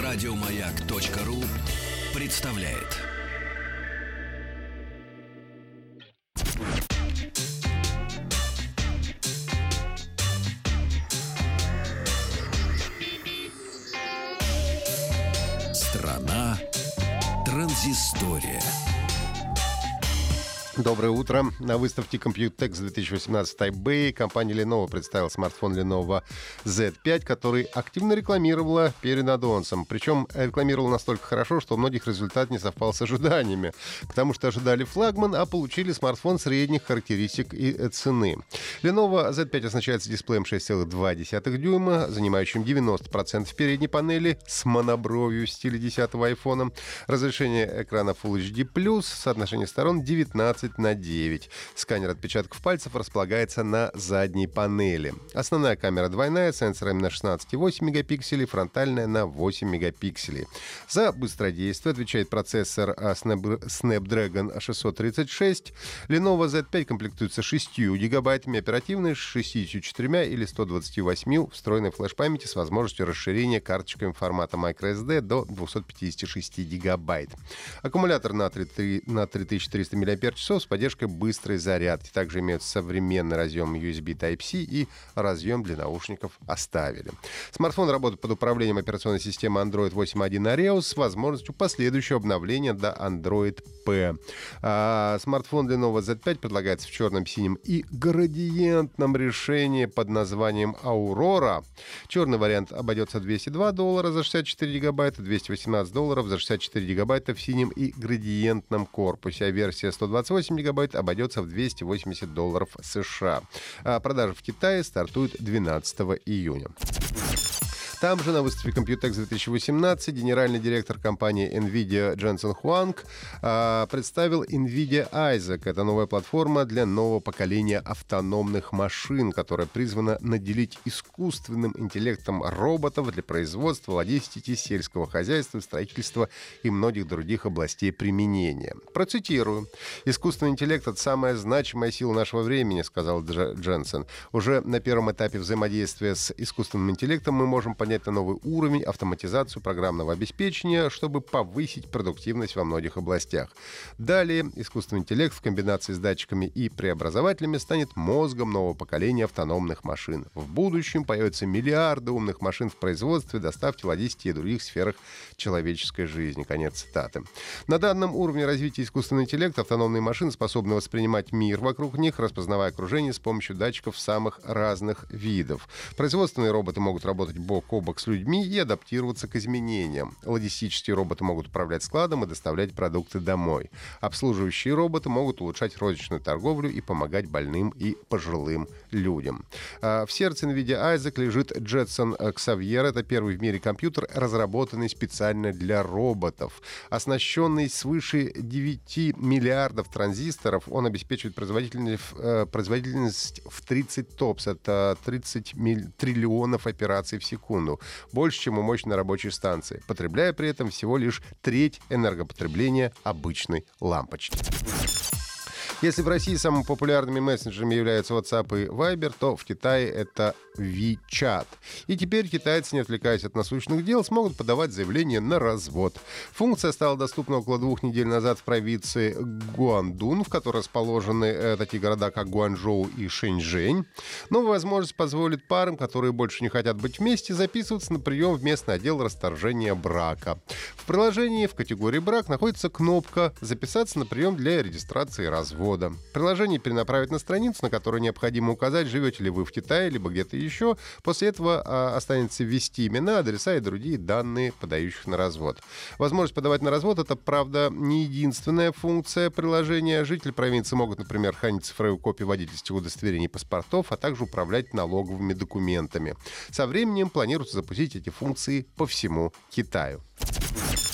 Радиомаяк.ру представляет. Страна транзистория. Доброе утро. На выставке Computex 2018 в Тайбэе компания Lenovo представила смартфон Lenovo Z5, который активно рекламировала перед анонсом. Причем рекламировала настолько хорошо, что у многих результат не совпал с ожиданиями. Потому что ожидали флагман, а получили смартфон средних характеристик и цены. Lenovo Z5 оснащается дисплеем 6,2 дюйма, занимающим 90% передней панели, с монобровью в стиле 10-го айфона. Разрешение экрана Full HD+, соотношение сторон 19:9. Сканер отпечатков пальцев располагается на задней панели. Основная камера двойная, с сенсорами на 16,8 мегапикселей, фронтальная на 8 мегапикселей. За быстродействие отвечает процессор Snapdragon 636. Lenovo Z5 комплектуется 6 гигабайтами оперативной, 64 или 128 встроенной флеш-памяти с возможностью расширения карточками формата microSD до 256 гигабайт. Аккумулятор на 3400 мАч с поддержкой быстрой зарядки. Также имеются современный разъем USB Type-C и разъем для наушников оставили. Смартфон работает под управлением операционной системы Android 8.1 Oreo с возможностью последующего обновления до Android P. Смартфон Lenovo Z5 предлагается в черном, синем и градиентном решении под названием Aurora. Черный вариант обойдется $202 за 64 гигабайта, $218 за 64 гигабайта в синем и градиентном корпусе, а версия 128 гигабайт обойдется в $280 США. Продажи в Китае стартуют 12 июня. Там же на выставке Computex 2018 генеральный директор компании NVIDIA Jensen Huang представил NVIDIA Isaac. Это новая платформа для нового поколения автономных машин, которая призвана наделить искусственным интеллектом роботов для производства, логистики, сельского хозяйства, строительства и многих других областей применения. Процитирую. «Искусственный интеллект — это самая значимая сила нашего времени», — сказал Дженсен. «Уже на первом этапе взаимодействия с искусственным интеллектом мы можем поднять на новый уровень автоматизацию программного обеспечения, чтобы повысить продуктивность во многих областях. Далее искусственный интеллект в комбинации с датчиками и преобразователями станет мозгом нового поколения автономных машин. В будущем появятся миллиарды умных машин в производстве, доставке, логистике и других сферах человеческой жизни». Конец цитаты. На данном уровне развития искусственного интеллекта автономные машины способны воспринимать мир вокруг них, распознавая окружение с помощью датчиков самых разных видов. Производственные роботы могут работать бок о бок с людьми и адаптироваться к изменениям. Логистические роботы могут управлять складом и доставлять продукты домой. Обслуживающие роботы могут улучшать розничную торговлю и помогать больным и пожилым людям. В сердце NVIDIA Isaac лежит Jetson Xavier. Это первый в мире компьютер, разработанный специально для роботов. Оснащенный свыше 9 миллиардов транзисторов, он обеспечивает производительность в 30 ТОПС. Это 30 триллионов операций в секунду. Больше, чем у мощной рабочей станции, потребляя при этом всего лишь треть энергопотребления обычной лампочки. Если в России самыми популярными мессенджерами являются WhatsApp и Viber, то в Китае это WeChat. И теперь китайцы, не отвлекаясь от насущных дел, смогут подавать заявление на развод. Функция стала доступна около 2 недель назад в провинции Гуандун, в которой расположены такие города, как Гуанчжоу и Шэньчжэнь. Новая возможность позволит парам, которые больше не хотят быть вместе, записываться на прием в местный отдел расторжения брака. В приложении в категории «Брак» находится кнопка «Записаться на прием для регистрации развода». Приложение перенаправит на страницу, на которой необходимо указать, живете ли вы в Китае, либо где-то еще. После этого останется ввести имена, адреса и другие данные подающих на развод. Возможность подавать на развод — это, правда, не единственная функция приложения. Жители провинции могут, например, хранить цифровую копию водительских удостоверений и паспортов, а также управлять налоговыми документами. Со временем планируется запустить эти функции по всему Китаю.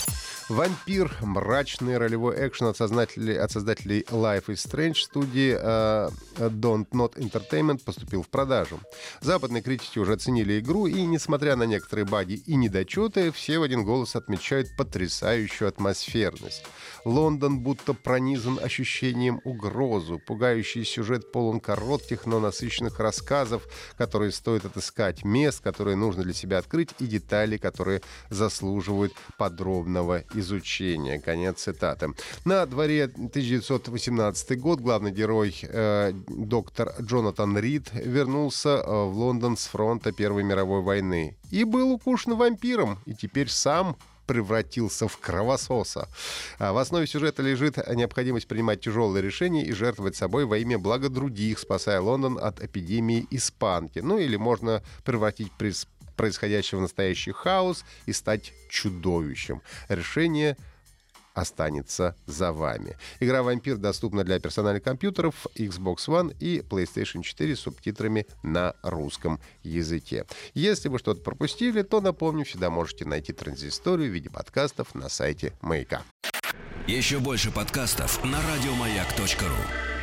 «Вампир» — мрачный ролевой экшен от создателей Life is Strange студии Don't Not Entertainment поступил в продажу. Западные критики уже оценили игру, и, несмотря на некоторые баги и недочеты, все в один голос отмечают потрясающую атмосферность. Лондон будто пронизан ощущением угрозы, пугающий сюжет полон коротких, но насыщенных рассказов, которые стоит отыскать, мест, которые нужно для себя открыть, и деталей, которые заслуживают подробного изучения. Конец цитаты. На дворе 1918 год. Главный герой, доктор Джонатан Рид, вернулся в Лондон с фронта Первой мировой войны и был укушен вампиром, и теперь сам превратился в кровососа. В основе сюжета лежит необходимость принимать тяжелые решения и жертвовать собой во имя блага других, спасая Лондон от эпидемии испанки. Ну или можно превратить происходящего в настоящий хаос и стать чудовищем. Решение останется за вами. Игра «Вампир» доступна для персональных компьютеров Xbox One и PlayStation 4 с субтитрами на русском языке. Если вы что-то пропустили, то, напомню, всегда можете найти Транзисторию в виде подкастов на сайте Маяка. Еще больше подкастов на радиомаяк.ру.